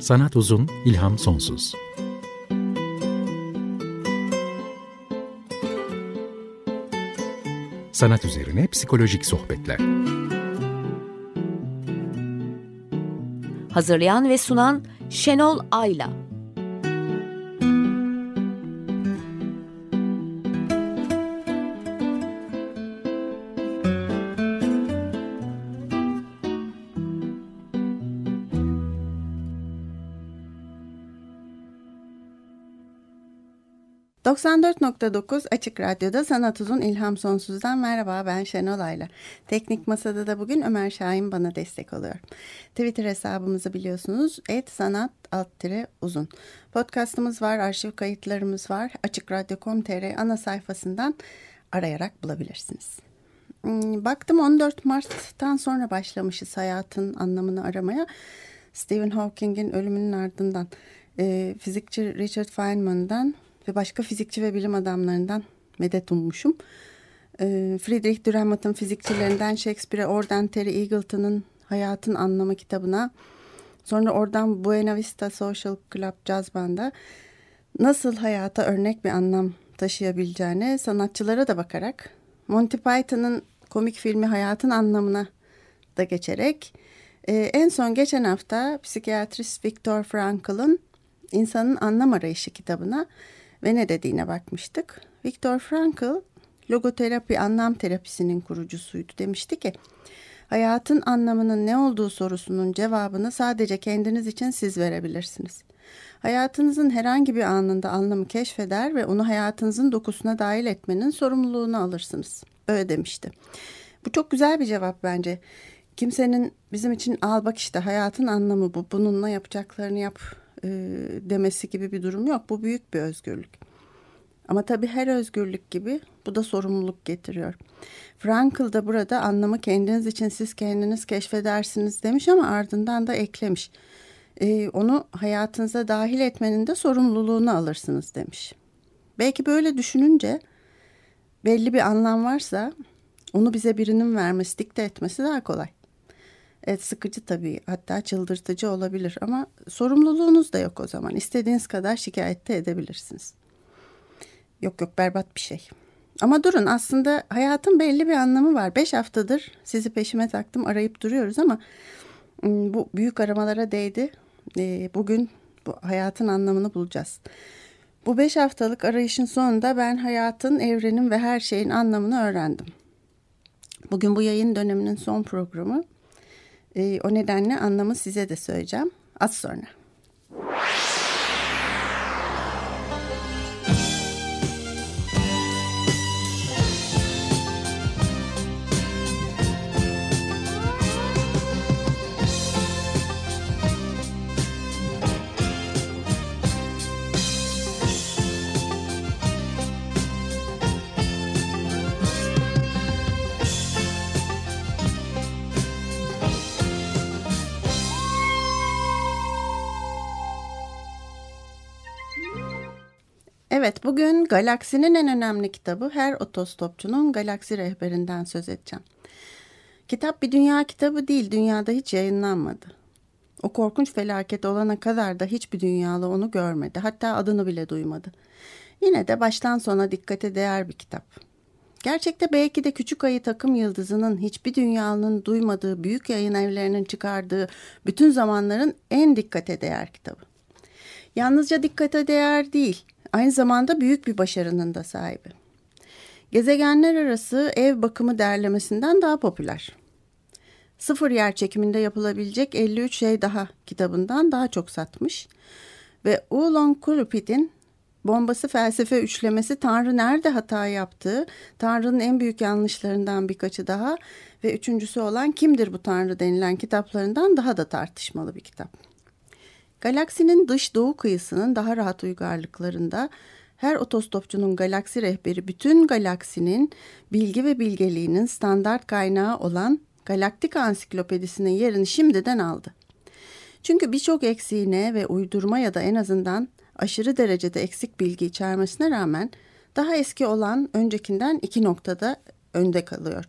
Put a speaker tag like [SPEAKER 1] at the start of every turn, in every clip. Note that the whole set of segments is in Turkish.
[SPEAKER 1] Sanat uzun, ilham sonsuz. Sanat üzerine psikolojik sohbetler.
[SPEAKER 2] Hazırlayan ve sunan Şenol Ayla.
[SPEAKER 3] ...94.9 Açık Radyo'da Sanat Uzun İlham Sonsuz'dan merhaba, ben Şenol Ayla. Teknik Masada da bugün Ömer Şahin bana destek oluyor. Twitter hesabımızı biliyorsunuz, @sanat_uzun. Podcastımız var, arşiv kayıtlarımız var. Açıkradyo.com.tr ana sayfasından arayarak bulabilirsiniz. Baktım 14 Mart'tan sonra başlamışız hayatın anlamını aramaya. Stephen Hawking'in ölümünün ardından fizikçi Richard Feynman'dan ve başka fizikçi ve bilim adamlarından medet ummuşum. Friedrich Dürrenmatt'ın fizikçilerinden Shakespeare'e, oradan Terry Eagleton'ın Hayatın Anlamı kitabına, sonra oradan Buena Vista Social Club Jazz Band'a nasıl hayata örnek bir anlam taşıyabileceğine, sanatçılara da bakarak, Monty Python'ın komik filmi Hayatın Anlamına da geçerek, en son geçen hafta psikiyatrist Viktor Frankl'ın İnsanın Anlam Arayışı kitabına ve ne dediğine bakmıştık. Viktor Frankl, logoterapi, anlam terapisinin kurucusuydu. Demişti ki, hayatın anlamının ne olduğu sorusunun cevabını sadece kendiniz için siz verebilirsiniz. Hayatınızın herhangi bir anında anlamı keşfeder ve onu hayatınızın dokusuna dahil etmenin sorumluluğunu alırsınız. Öyle demişti. Bu çok güzel bir cevap bence. Kimsenin bizim için al bak işte hayatın anlamı bu, bununla yapacaklarını yap demesi gibi bir durum yok. Bu büyük bir özgürlük. Ama tabii her özgürlük gibi bu da sorumluluk getiriyor. Frankl da burada anlamı kendiniz için siz kendiniz keşfedersiniz demiş ama ardından da eklemiş. Onu hayatınıza dahil etmenin de sorumluluğunu alırsınız demiş. Belki böyle düşününce belli bir anlam varsa onu bize birinin vermesi, dikte etmesi daha kolay. Evet, sıkıcı tabii, hatta çıldırtıcı olabilir ama sorumluluğunuz da yok o zaman. İstediğiniz kadar şikayet de edebilirsiniz. Yok berbat bir şey. Ama durun, aslında hayatın belli bir anlamı var. 5 haftadır sizi peşime taktım, arayıp duruyoruz ama bu büyük aramalara değdi. Bugün bu hayatın anlamını bulacağız. Bu 5 haftalık arayışın sonunda ben hayatın, evrenin ve her şeyin anlamını öğrendim. Bugün bu yayın döneminin son programı. O nedenle anlamı size de söyleyeceğim az sonra. Evet, bugün galaksinin en önemli kitabı, her otostopçunun Galaksi Rehberinden söz edeceğim. Kitap bir dünya kitabı değil, dünyada hiç yayınlanmadı. O korkunç felaket olana kadar da hiçbir dünyalı onu görmedi, hatta adını bile duymadı. Yine de baştan sona dikkate değer bir kitap. Gerçekte belki de Küçük Ayı Takım Yıldızı'nın hiçbir dünyalının duymadığı, büyük yayın evlerinin çıkardığı bütün zamanların en dikkate değer kitabı. Yalnızca dikkate değer değil, aynı zamanda büyük bir başarının da sahibi. Gezegenler arası ev bakımı derlemesinden daha popüler. Sıfır yer çekiminde yapılabilecek 53 şey daha kitabından daha çok satmış. Ve Oolong Kulupit'in bombası felsefe üçlemesi, Tanrı nerede hata yaptığı, Tanrı'nın en büyük yanlışlarından birkaçı daha ve üçüncüsü olan Kimdir bu Tanrı denilen kitaplarından daha da tartışmalı bir kitap. Galaksinin dış doğu kıyısının daha rahat uygarlıklarında her otostopçunun Galaksi Rehberi bütün galaksinin bilgi ve bilgeliğinin standart kaynağı olan Galaktika Ansiklopedisi'nin yerini şimdiden aldı. Çünkü birçok eksiğine ve uydurma ya da en azından aşırı derecede eksik bilgi içermesine rağmen daha eski olan öncekinden 2 noktada önde kalıyor.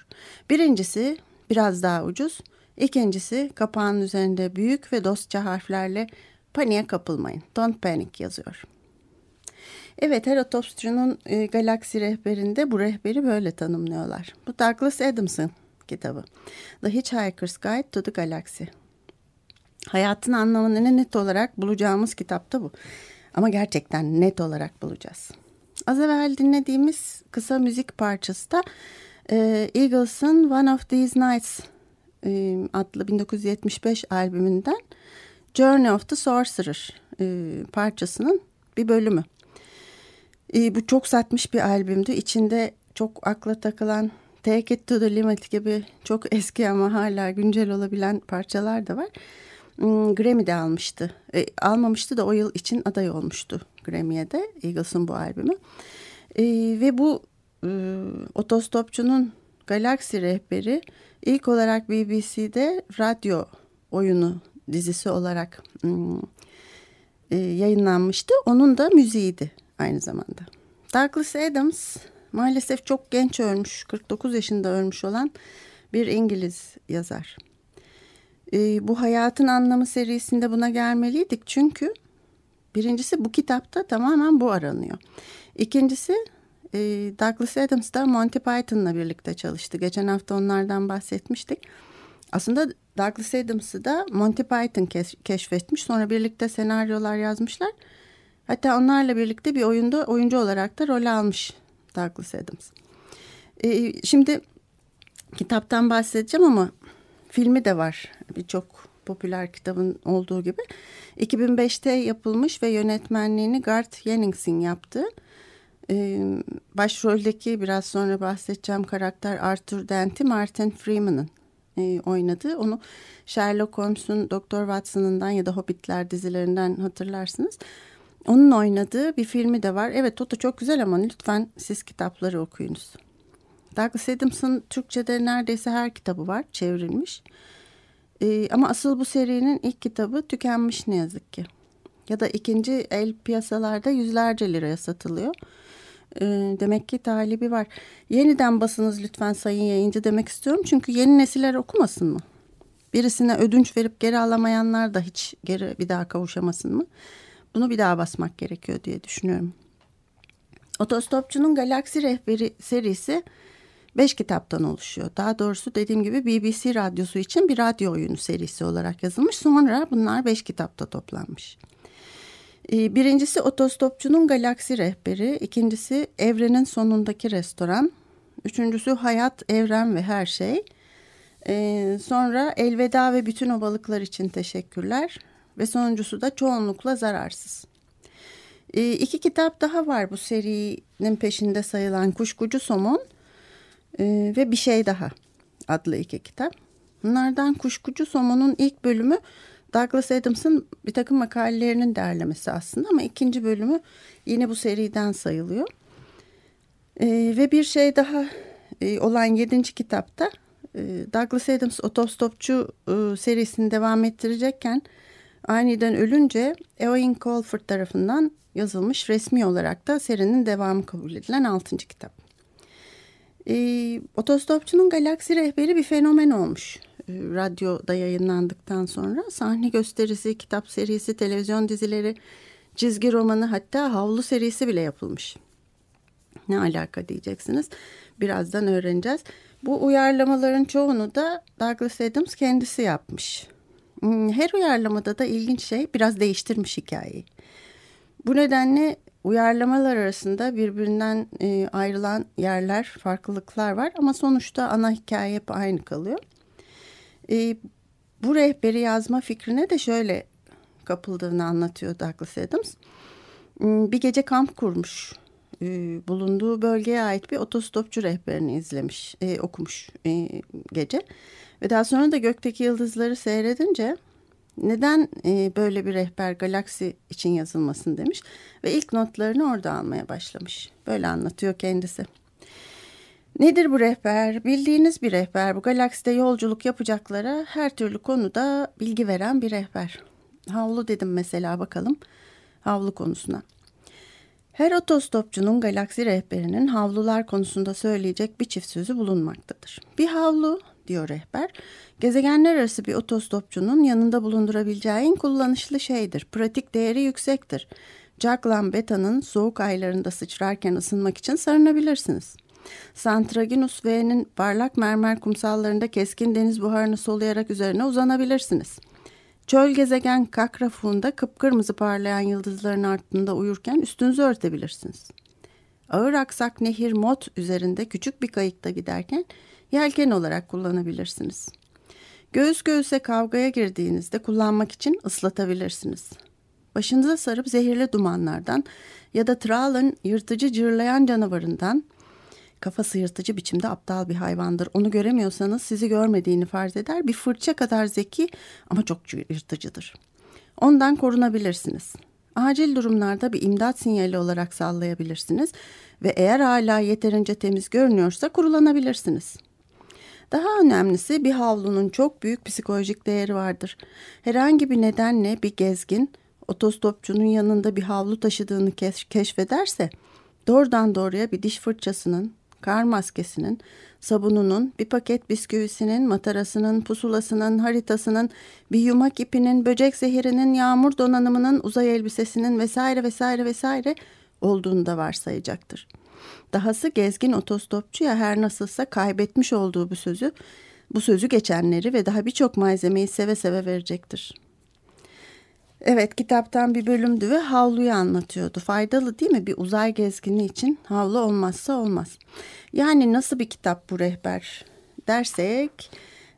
[SPEAKER 3] Birincisi biraz daha ucuz, ikincisi kapağının üzerinde büyük ve dostça harflerle Paniğe kapılmayın. Don't panic yazıyor. Evet, her otostopçunun galaksi rehberinde bu rehberi böyle tanımlıyorlar. Bu Douglas Adams'ın kitabı. The Hitchhiker's Guide to the Galaxy. Hayatın anlamını net olarak bulacağımız kitap da bu. Ama gerçekten net olarak bulacağız. Az evvel dinlediğimiz kısa müzik parçası da Eagles'ın One of These Nights adlı 1975 albümünden Journey of the Sorcerer parçasının bir bölümü. Bu çok satmış bir albümdü. İçinde çok akla takılan Take It to the Limit gibi çok eski ama hala güncel olabilen parçalar da var. Grammy de almıştı. Almamıştı da o yıl için aday olmuştu Grammy'ye de Eagles'ın bu albümü. Ve bu otostopçunun galaksi rehberi ilk olarak BBC'de radyo oyunu dizisi olarak yayınlanmıştı. Onun da müziğiydi aynı zamanda. Douglas Adams maalesef çok genç ölmüş, 49 yaşında ölmüş olan bir İngiliz yazar. Bu Hayatın Anlamı serisinde buna gelmeliydik çünkü birincisi bu kitapta tamamen bu aranıyor. İkincisi Douglas Adams da Monty Python'la birlikte çalıştı. Geçen hafta onlardan bahsetmiştik. Aslında Douglas Adams'ı da Monty Python keşfetmiş. Sonra birlikte senaryolar yazmışlar. Hatta onlarla birlikte bir oyunda oyuncu olarak da rol almış Douglas Adams. Şimdi kitaptan bahsedeceğim ama filmi de var. Birçok popüler kitabın olduğu gibi. 2005'te yapılmış ve yönetmenliğini Garth Jennings'in yaptığı. Başroldeki biraz sonra bahsedeceğim karakter Arthur Dent'i Martin Freeman'ın oynadığı. Onu Sherlock Holmes'un Doktor Watson'ından ya da Hobbitler dizilerinden hatırlarsınız. Onun oynadığı bir filmi de var. Evet, o da çok güzel ama lütfen siz kitapları okuyunuz. Douglas Adams'ın Türkçe'de neredeyse her kitabı var, çevrilmiş. Ama asıl bu serinin ilk kitabı tükenmiş ne yazık ki. Ya da ikinci el piyasalarda yüzlerce liraya satılıyor. Demek ki talibi var. Yeniden basınız lütfen sayın yayıncı demek istiyorum. Çünkü yeni nesiller okumasın mı? Birisine ödünç verip geri alamayanlar da hiç geri bir daha kavuşamasın mı? Bunu bir daha basmak gerekiyor diye düşünüyorum. Otostopçunun Galaksi Rehberi serisi 5 kitaptan oluşuyor. Daha doğrusu dediğim gibi BBC radyosu için bir radyo oyunu serisi olarak yazılmış. Sonra bunlar 5 kitapta toplanmış. Birincisi Otostopçunun Galaksi Rehberi. İkincisi Evrenin Sonundaki Restoran. Üçüncüsü Hayat, Evren ve Her Şey. Sonra Elveda ve Bütün o Balıklar için Teşekkürler. Ve sonuncusu da Çoğunlukla Zararsız. 2 kitap daha var bu serinin peşinde sayılan Kuşkucu Somon ve Bir Şey Daha adlı 2 kitap. Bunlardan Kuşkucu Somon'un ilk bölümü Douglas Adams'ın bir takım makalelerinin derlemesi aslında ama ikinci bölümü yine bu seriden sayılıyor. Ve Bir Şey Daha olan 7. kitapta Douglas Adams otostopçu serisini devam ettirecekken aniden ölünce Eoin Colfer tarafından yazılmış, resmi olarak da serinin devamı kabul edilen 6. kitap. Otostopçunun Galaksi Rehberi bir fenomen olmuş. Radyoda yayınlandıktan sonra sahne gösterisi, kitap serisi, televizyon dizileri, çizgi romanı, hatta havlu serisi bile yapılmış. Ne alaka diyeceksiniz. Birazdan öğreneceğiz. Bu uyarlamaların çoğunu da Douglas Adams kendisi yapmış. Her uyarlamada da ilginç şey biraz değiştirmiş hikayeyi. Bu nedenle uyarlamalar arasında birbirinden ayrılan yerler, farklılıklar var ama sonuçta ana hikaye hep aynı kalıyor. Bu rehberi yazma fikrine de şöyle kapıldığını anlatıyor Douglas Adams. Bir gece kamp kurmuş. Bulunduğu bölgeye ait bir otostopçu rehberini okumuş gece. Ve daha sonra da gökteki yıldızları seyredince neden böyle bir rehber galaksi için yazılmasın demiş. Ve ilk notlarını orada almaya başlamış. Böyle anlatıyor kendisi. Nedir bu rehber? Bildiğiniz bir rehber. Bu galakside yolculuk yapacaklara her türlü konuda bilgi veren bir rehber. Havlu dedim mesela, bakalım havlu konusuna. Her otostopçunun galaksi rehberinin havlular konusunda söyleyecek bir çift sözü bulunmaktadır. Bir havlu diyor rehber. Gezegenler arası bir otostopçunun yanında bulundurabileceği en kullanışlı şeydir. Pratik değeri yüksektir. Jack Lambetta'nın soğuk aylarında sıçrarken ısınmak için sarınabilirsiniz. Santraginus V'nin parlak mermer kumsallarında keskin deniz buharını soluyarak üzerine uzanabilirsiniz. Çöl gezegen Kakrafun'da kıpkırmızı parlayan yıldızların altında uyurken üstünüzü örtebilirsiniz. Ağır aksak nehir Mot üzerinde küçük bir kayıkta giderken yelken olarak kullanabilirsiniz. Göğüs göğüse kavgaya girdiğinizde kullanmak için ıslatabilirsiniz. Başınıza sarıp zehirli dumanlardan ya da Thrall'ın yırtıcı cırlayan canavarından, kafası yırtıcı biçimde aptal bir hayvandır. Onu göremiyorsanız sizi görmediğini farz eder. Bir fırça kadar zeki ama çok yırtıcıdır. Ondan korunabilirsiniz. Acil durumlarda bir imdat sinyali olarak sallayabilirsiniz ve eğer hala yeterince temiz görünüyorsa kurulanabilirsiniz. Daha önemlisi bir havlunun çok büyük psikolojik değeri vardır. Herhangi bir nedenle bir gezgin otostopçunun yanında bir havlu taşıdığını keşfederse doğrudan doğruya bir diş fırçasının, kar maskesinin, sabununun, bir paket bisküvisinin, matarasının, pusulasının, haritasının, bir yumak ipinin, böcek zehirinin, yağmur donanımının, uzay elbisesinin vesaire vesaire vesaire olduğunu da varsayacaktır. Dahası gezgin otostopçuya her nasılsa kaybetmiş olduğu bu sözü geçenleri ve daha birçok malzemeyi seve seve verecektir. Evet, kitaptan bir bölümdü ve havluyu anlatıyordu. Faydalı değil mi? Bir uzay gezgini için havlu olmazsa olmaz. Yani nasıl bir kitap bu rehber dersek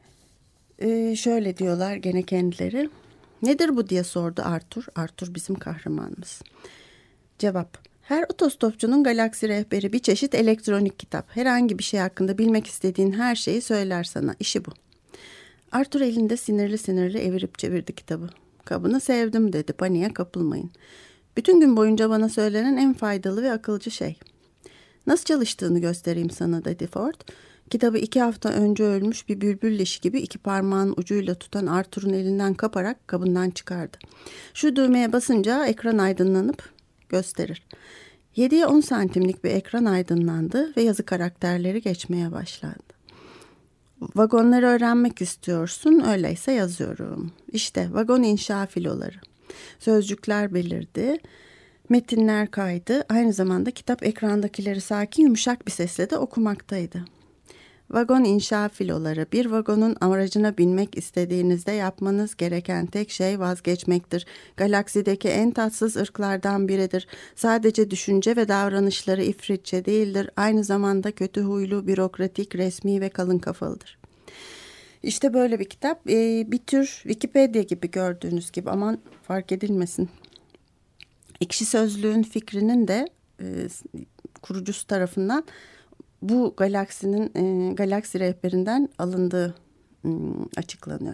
[SPEAKER 3] şöyle diyorlar gene kendileri. Nedir bu diye sordu Arthur. Arthur bizim kahramanımız. Cevap: her otostopçunun galaksi rehberi bir çeşit elektronik kitap. Herhangi bir şey hakkında bilmek istediğin her şeyi söyler sana. İşi bu. Arthur elinde sinirli sinirli evirip çevirdi kitabı. Kabını sevdim dedi. Paniğe kapılmayın. Bütün gün boyunca bana söylenen en faydalı ve akılcı şey. Nasıl çalıştığını göstereyim sana dedi Ford. Kitabı 2 hafta önce ölmüş bir bülbül leşi gibi 2 parmağın ucuyla tutan Arthur'un elinden kaparak kabından çıkardı. Şu düğmeye basınca ekran aydınlanıp gösterir. 7'ye 10 santimlik bir ekran aydınlandı ve yazı karakterleri geçmeye başladı. Vagonları öğrenmek istiyorsun, öyleyse yazıyorum. İşte vagon inşa filoları. Sözcükler belirdi, metinler kaydı. Aynı zamanda kitap ekrandakileri sakin, yumuşak bir sesle de okumaktaydı. Vagon inşa filoları. Bir vagonun aracına binmek istediğinizde yapmanız gereken tek şey vazgeçmektir. Galaksideki en tatsız ırklardan biridir. Sadece düşünce ve davranışları ifritçe değildir. Aynı zamanda kötü huylu, bürokratik, resmi ve kalın kafalıdır. İşte böyle bir kitap. Bir tür Wikipedia gibi gördüğünüz gibi, aman fark edilmesin. Ekşi Sözlüğün fikrinin de kurucusu tarafından bu galaksinin galaksi rehberinden alındığı açıklanıyor.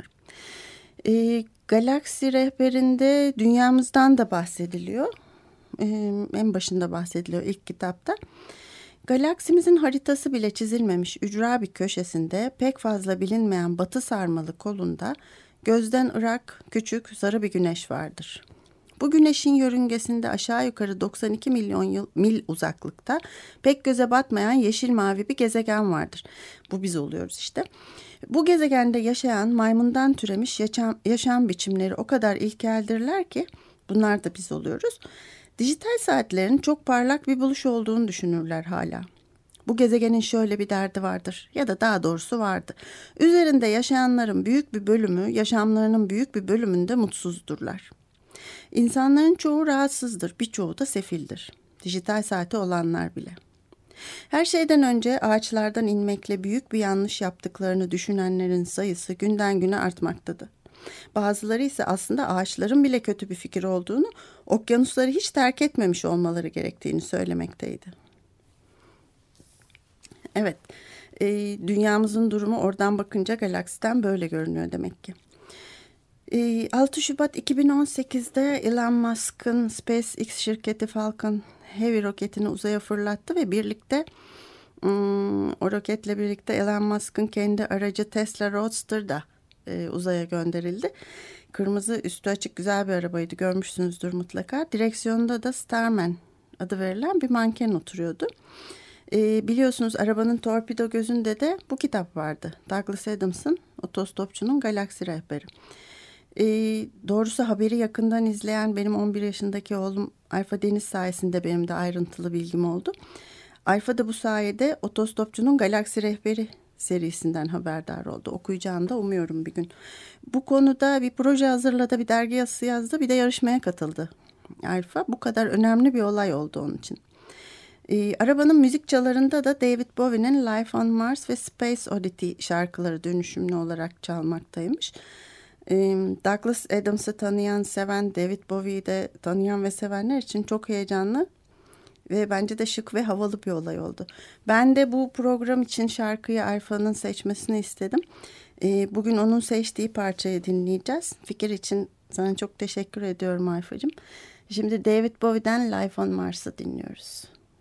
[SPEAKER 3] Galaksi rehberinde dünyamızdan da bahsediliyor. En başında bahsediliyor ilk kitapta. Galaksimizin haritası bile çizilmemiş ücra bir köşesinde pek fazla bilinmeyen batı sarmalı kolunda gözden ırak küçük sarı bir güneş vardır. Bu güneşin yörüngesinde aşağı yukarı 92 milyon mil uzaklıkta pek göze batmayan yeşil mavi bir gezegen vardır. Bu biz oluyoruz işte. Bu gezegende yaşayan maymundan türemiş yaşam biçimleri o kadar ilkeldirler ki bunlar da biz oluyoruz. Dijital saatlerin çok parlak bir buluş olduğunu düşünürler hala. Bu gezegenin şöyle bir derdi vardır ya da daha doğrusu vardı. Üzerinde yaşayanların büyük bir bölümü yaşamlarının büyük bir bölümünde mutsuzdurlar. İnsanların çoğu rahatsızdır, birçoğu da sefildir. Dijital saati olanlar bile. Her şeyden önce ağaçlardan inmekle büyük bir yanlış yaptıklarını düşünenlerin sayısı günden güne artmaktadır. Bazıları ise aslında ağaçların bile kötü bir fikir olduğunu, okyanusları hiç terk etmemiş olmaları gerektiğini söylemekteydi. Evet, dünyamızın durumu oradan bakınca galaksiden böyle görünüyor demek ki. 6 Şubat 2018'de Elon Musk'ın SpaceX şirketi Falcon Heavy roketini uzaya fırlattı ve birlikte o roketle birlikte Elon Musk'ın kendi aracı Tesla Roadster da uzaya gönderildi. Kırmızı üstü açık güzel bir arabaydı, görmüşsünüzdür mutlaka. Direksiyonda da Starman adı verilen bir manken oturuyordu. Biliyorsunuz arabanın torpido gözünde de bu kitap vardı. Douglas Adams'ın Otostopçunun Galaksi Rehberi. Doğrusu haberi yakından izleyen benim 11 yaşındaki oğlum Alfa Deniz sayesinde benim de ayrıntılı bilgim oldu. Alfa da bu sayede Otostopçunun Galaksi Rehberi serisinden haberdar oldu. Okuyacağını da umuyorum bir gün. Bu konuda bir proje hazırladı, bir dergi yazısı yazdı, bir de yarışmaya katıldı Alfa. Bu kadar önemli bir olay oldu onun için. Arabanın müzik çalarında da David Bowie'nin Life on Mars ve Space Oddity şarkıları dönüşümlü olarak çalmaktaymış. Douglas Adams'ı tanıyan, seven, David Bowie'yi de tanıyan ve sevenler için çok heyecanlı ve bence de şık ve havalı bir olay oldu. Ben de bu program için şarkıyı Alfa'nın seçmesini istedim. Bugün onun seçtiği parçayı dinleyeceğiz. Fikir için sana çok teşekkür ediyorum Alfa'cığım. Şimdi David Bowie'den Life on Mars'ı dinliyoruz.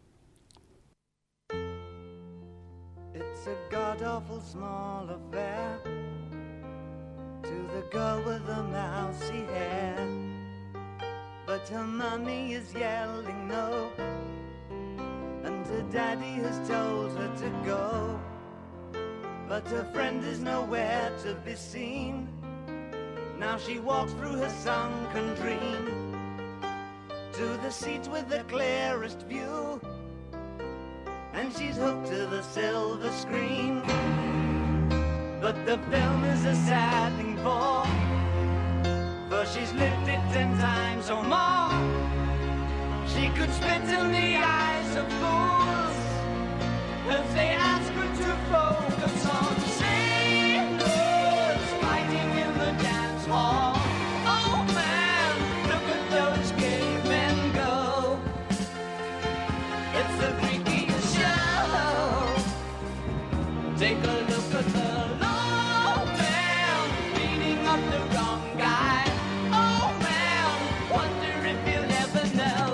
[SPEAKER 4] It's a god-awful small affair to the girl with the mousy hair, but her mommy is yelling no, and her daddy has told her to go, but her friend is nowhere to be seen. Now she walks through her sunken dream to the seat with the clearest view, and she's hooked to the silver screen. But the film is a sad thing for she's lived it 10 times or more. She could spit in the eyes of fools if they ask her to focus on sailors fighting in the dance hall. Oh man, look at those cavemen go. It's the freakiest show. Take a look at the low man beating up the wrong guy. Oh man, wonder if you'll ever know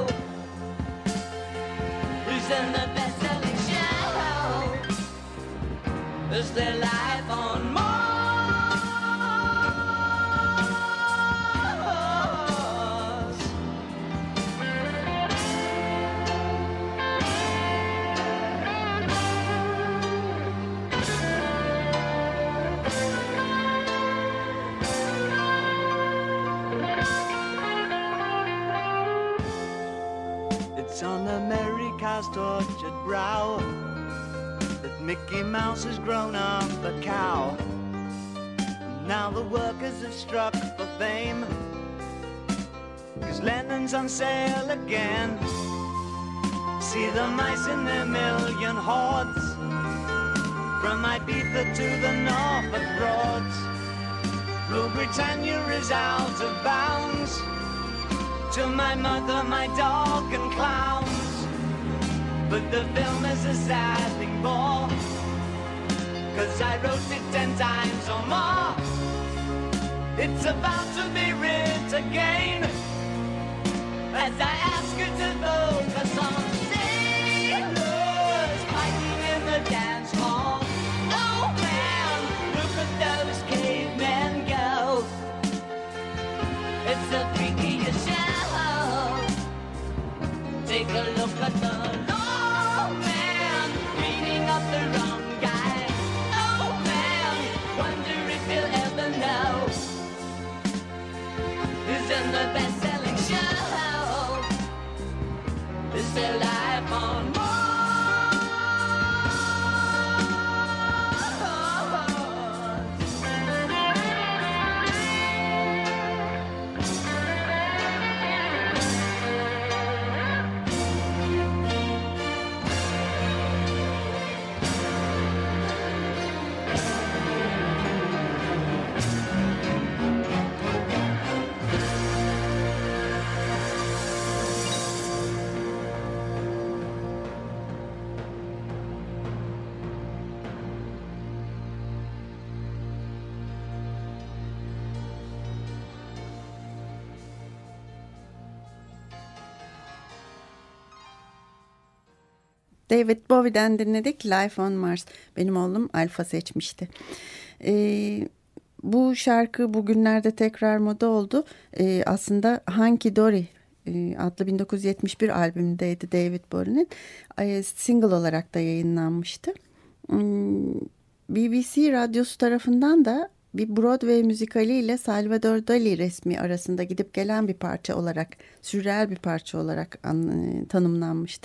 [SPEAKER 4] who's in the best-selling show. Is their life on Mars? It's on America's tortured brow that Mickey Mouse has grown up a cow. And now the workers have struck for fame, 'cause Lennon's on sale again. See the mice in their million hordes, from Ibiza to the Norfolk Broads. Rule Britannia is out of bounds, to my mother, my dog and clowns. But the film is a sad thing more, 'cause I wrote it 10 times or more. It's about to be writ again, as I ask you to focus on sailors fighting in the dance hall. Oh man, look at those cavemen go. It's the freakiest show. Take a look at the low man beating up the wrong guy. Oh man, wonder if you'll ever know who's in the best-selling show. Is their life on Mars?
[SPEAKER 3] David Bowie'den dinledik Life on Mars. Benim oğlum Alfa seçmişti. Bu şarkı bugünlerde tekrar moda oldu. Aslında Hunky Dory adlı 1971 albümündeydi David Bowie'nin. Single olarak da yayınlanmıştı. BBC radyosu tarafından da bir Broadway müzikaliyle Salvador Dali resmi arasında gidip gelen bir parça olarak, sürreel bir parça olarak tanımlanmıştı.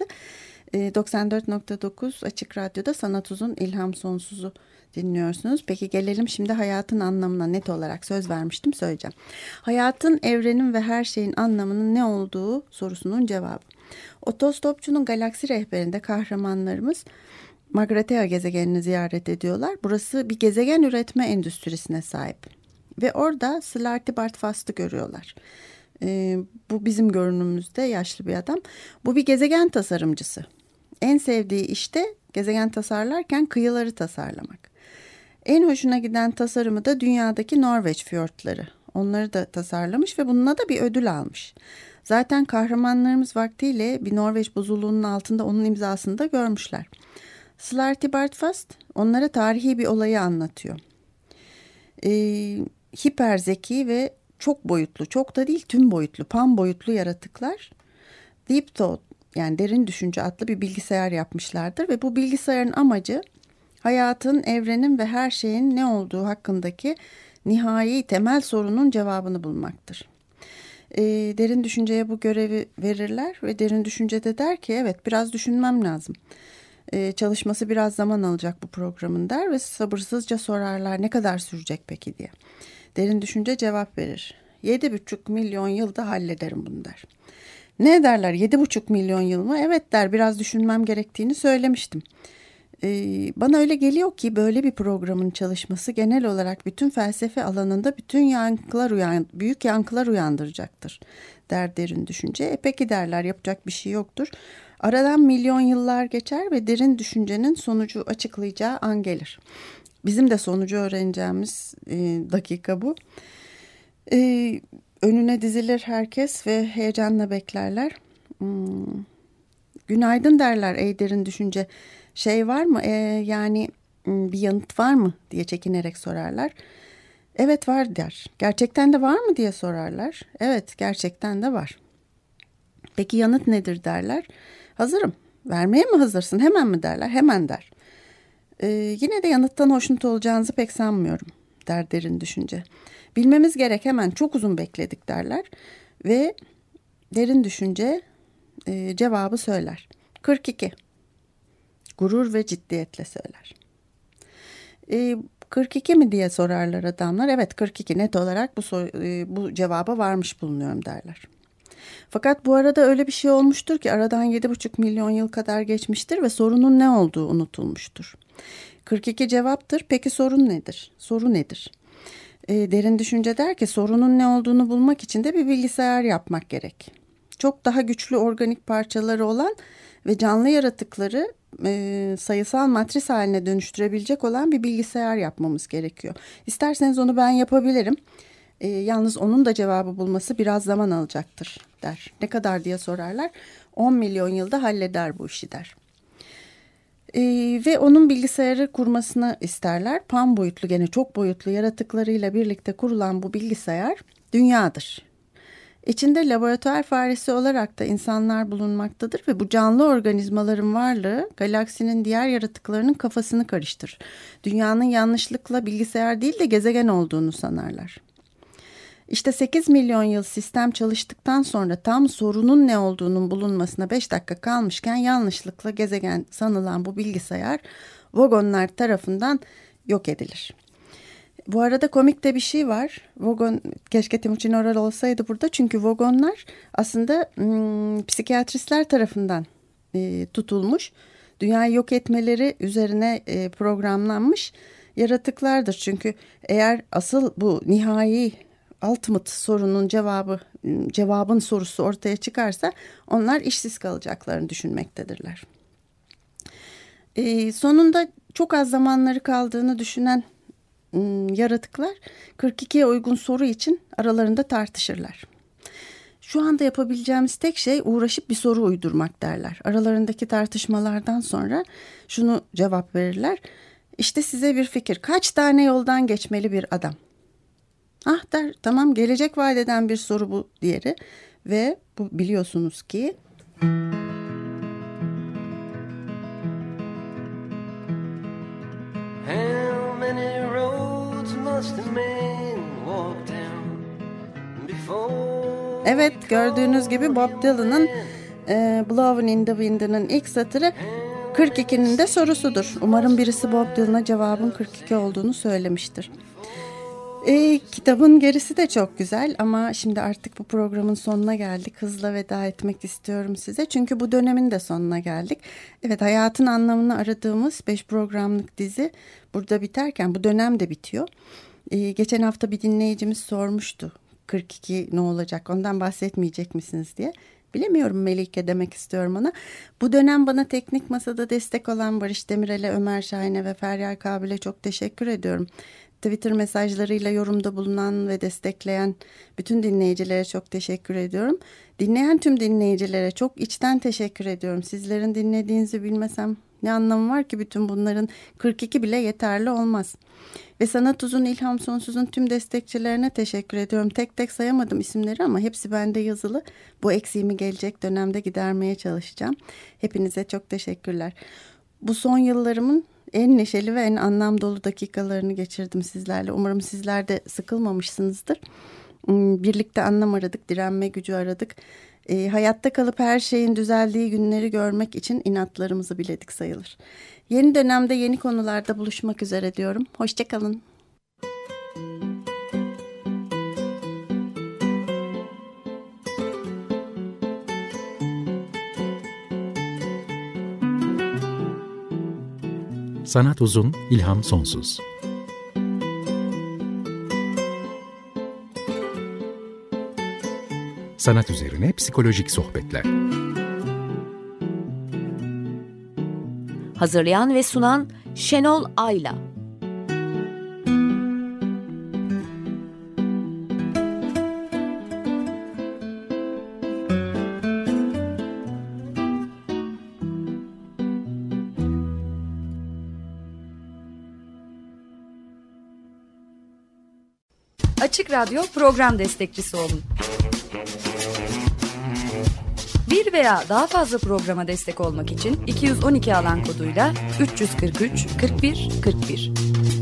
[SPEAKER 3] 94.9 Açık Radyo'da Sanat Uzun İlham Sonsuz'u dinliyorsunuz. Peki gelelim şimdi hayatın anlamına, net olarak söz vermiştim, söyleyeceğim. Hayatın, evrenin ve her şeyin anlamının ne olduğu sorusunun cevabı. Otostopçunun galaksi rehberinde kahramanlarımız Magratea gezegenini ziyaret ediyorlar. Burası bir gezegen üretme endüstrisine sahip. Ve orada Slartibartfast'ı görüyorlar. Bu bizim görünümümüzde yaşlı bir adam. Bu bir gezegen tasarımcısı. En sevdiği işte gezegen tasarlarken kıyıları tasarlamak. En hoşuna giden tasarımı da dünyadaki Norveç fiyortları. Onları da tasarlamış ve bununla da bir ödül almış. Zaten kahramanlarımız vaktiyle bir Norveç buzulluğunun altında onun imzasını da görmüşler. Slartibartfast onlara tarihi bir olayı anlatıyor. Hiper zeki ve çok boyutlu, çok da değil tüm boyutlu, pan boyutlu yaratıklar Deep Thought, yani derin düşünce adlı bir bilgisayar yapmışlardır ve bu bilgisayarın amacı hayatın, evrenin ve her şeyin ne olduğu hakkındaki nihai temel sorunun cevabını bulmaktır. Derin düşünceye bu görevi verirler ve derin düşüncede der ki evet, biraz düşünmem lazım. Çalışması biraz zaman alacak bu programın der ve sabırsızca sorarlar ne kadar sürecek peki diye. Derin düşünce cevap verir. 7,5 milyon yılda hallederim bunu der. Ne derler, 7,5 milyon yıl mı? Evet der, biraz düşünmem gerektiğini söylemiştim. Bana öyle geliyor ki böyle bir programın çalışması genel olarak bütün felsefe alanında büyük yankılar uyandıracaktır der derin düşünce. Peki derler, yapacak bir şey yoktur. Aradan milyon yıllar geçer ve derin düşüncenin sonucu açıklayacağı an gelir. Bizim de sonucu öğreneceğimiz dakika bu. Önüne dizilir herkes ve heyecanla beklerler. Günaydın derler ey derin düşünce. Şey var mı, yani bir yanıt var mı diye çekinerek sorarlar. Evet var der. Gerçekten de var mı diye sorarlar. Evet, gerçekten de var. Peki yanıt nedir derler. Hazırım. Vermeye mi hazırsın, hemen mi derler. Hemen der. Yine de yanıttan hoşnut olacağınızı pek sanmıyorum der derin düşünce. Bilmemiz gerek, hemen, çok uzun bekledik derler. Ve derin düşünce cevabı söyler. 42. Gurur ve ciddiyetle söyler. 42 mi diye sorarlar adamlar. Evet 42, net olarak bu cevaba varmış bulunuyorum derler. Fakat bu arada öyle bir şey olmuştur ki aradan 7,5 milyon yıl kadar geçmiştir ve sorunun ne olduğu unutulmuştur. 42 cevaptır. Peki sorun nedir? Soru nedir? Derin düşünce der ki sorunun ne olduğunu bulmak için de bir bilgisayar yapmak gerek. Çok daha güçlü organik parçaları olan ve canlı yaratıkları sayısal matris haline dönüştürebilecek olan bir bilgisayar yapmamız gerekiyor. İsterseniz onu ben yapabilirim. Yalnız onun da cevabı bulması biraz zaman alacaktır der. Ne kadar diye sorarlar. 10 milyon yılda halleder bu işi der. Ve onun bilgisayarı kurmasını isterler. Pan boyutlu, gene çok boyutlu yaratıklarıyla birlikte kurulan bu bilgisayar dünyadır. İçinde laboratuvar faresi olarak da insanlar bulunmaktadır ve bu canlı organizmaların varlığı galaksinin diğer yaratıklarının kafasını karıştırır. Dünyanın yanlışlıkla bilgisayar değil de gezegen olduğunu sanarlar. İşte 8 milyon yıl sistem çalıştıktan sonra tam sorunun ne olduğunun bulunmasına 5 dakika kalmışken yanlışlıkla gezegen sanılan bu bilgisayar Vogonlar tarafından yok edilir. Bu arada komik de bir şey var. Keşke Timuçin Oral olsaydı burada. Çünkü Vogonlar aslında psikiyatristler tarafından tutulmuş. Dünyayı yok etmeleri üzerine programlanmış yaratıklardır. Çünkü eğer asıl bu nihai ultimate sorunun cevabın sorusu ortaya çıkarsa onlar işsiz kalacaklarını düşünmektedirler. Sonunda çok az zamanları kaldığını düşünen yaratıklar 42'ye uygun soru için aralarında tartışırlar. Şu anda yapabileceğimiz tek şey uğraşıp bir soru uydurmak derler. Aralarındaki tartışmalardan sonra şunu cevap verirler. İşte size bir fikir. Kaç tane yoldan geçmeli bir adam? Ah der, tamam, gelecek vaat eden bir soru bu diğeri. Ve bu biliyorsunuz ki evet, gördüğünüz gibi Bob Dylan'ın Blowin' in the Wind'inin ilk satırı 42'nin de sorusudur. Umarım birisi Bob Dylan'a cevabın 42 olduğunu söylemiştir. Kitabın gerisi de çok güzel ama şimdi artık bu programın sonuna geldik. Hızla veda etmek istiyorum size. Çünkü bu dönemin de sonuna geldik. Evet, hayatın anlamını aradığımız 5 programlık dizi burada biterken bu dönem de bitiyor. Geçen hafta bir dinleyicimiz sormuştu. 42 ne olacak, ondan bahsetmeyecek misiniz diye. Bilemiyorum Melike, demek istiyorum ona. Bu dönem bana Teknik Masa'da destek olan Barış Demirel'e, Ömer Şahin'e ve Feryal Kabil'e çok teşekkür ediyorum. Twitter mesajlarıyla yorumda bulunan ve destekleyen bütün dinleyicilere çok teşekkür ediyorum. Dinleyen tüm dinleyicilere çok içten teşekkür ediyorum. Sizlerin dinlediğinizi bilmesem ne anlamı var ki, bütün bunların 42 bile yeterli olmaz. Ve Sanat Uzun, İlham Sonsuz'un tüm destekçilerine teşekkür ediyorum. Tek tek sayamadım isimleri ama hepsi bende yazılı. Bu eksiğimi gelecek dönemde gidermeye çalışacağım. Hepinize çok teşekkürler. Bu son yıllarımın en neşeli ve en anlam dolu dakikalarını geçirdim sizlerle. Umarım sizler de sıkılmamışsınızdır. Birlikte anlam aradık, direnme gücü aradık. Hayatta kalıp her şeyin düzeldiği günleri görmek için inatlarımızı biledik sayılır. Yeni dönemde yeni konularda buluşmak üzere diyorum. Hoşça kalın.
[SPEAKER 1] Sanat Uzun, İlham Sonsuz. Sanat üzerine psikolojik sohbetler.
[SPEAKER 2] Hazırlayan ve sunan Şenol Ayla.
[SPEAKER 5] Açık Radyo program destekçisi olun. Bir veya daha fazla programa destek olmak için 212 alan koduyla 343 41 41.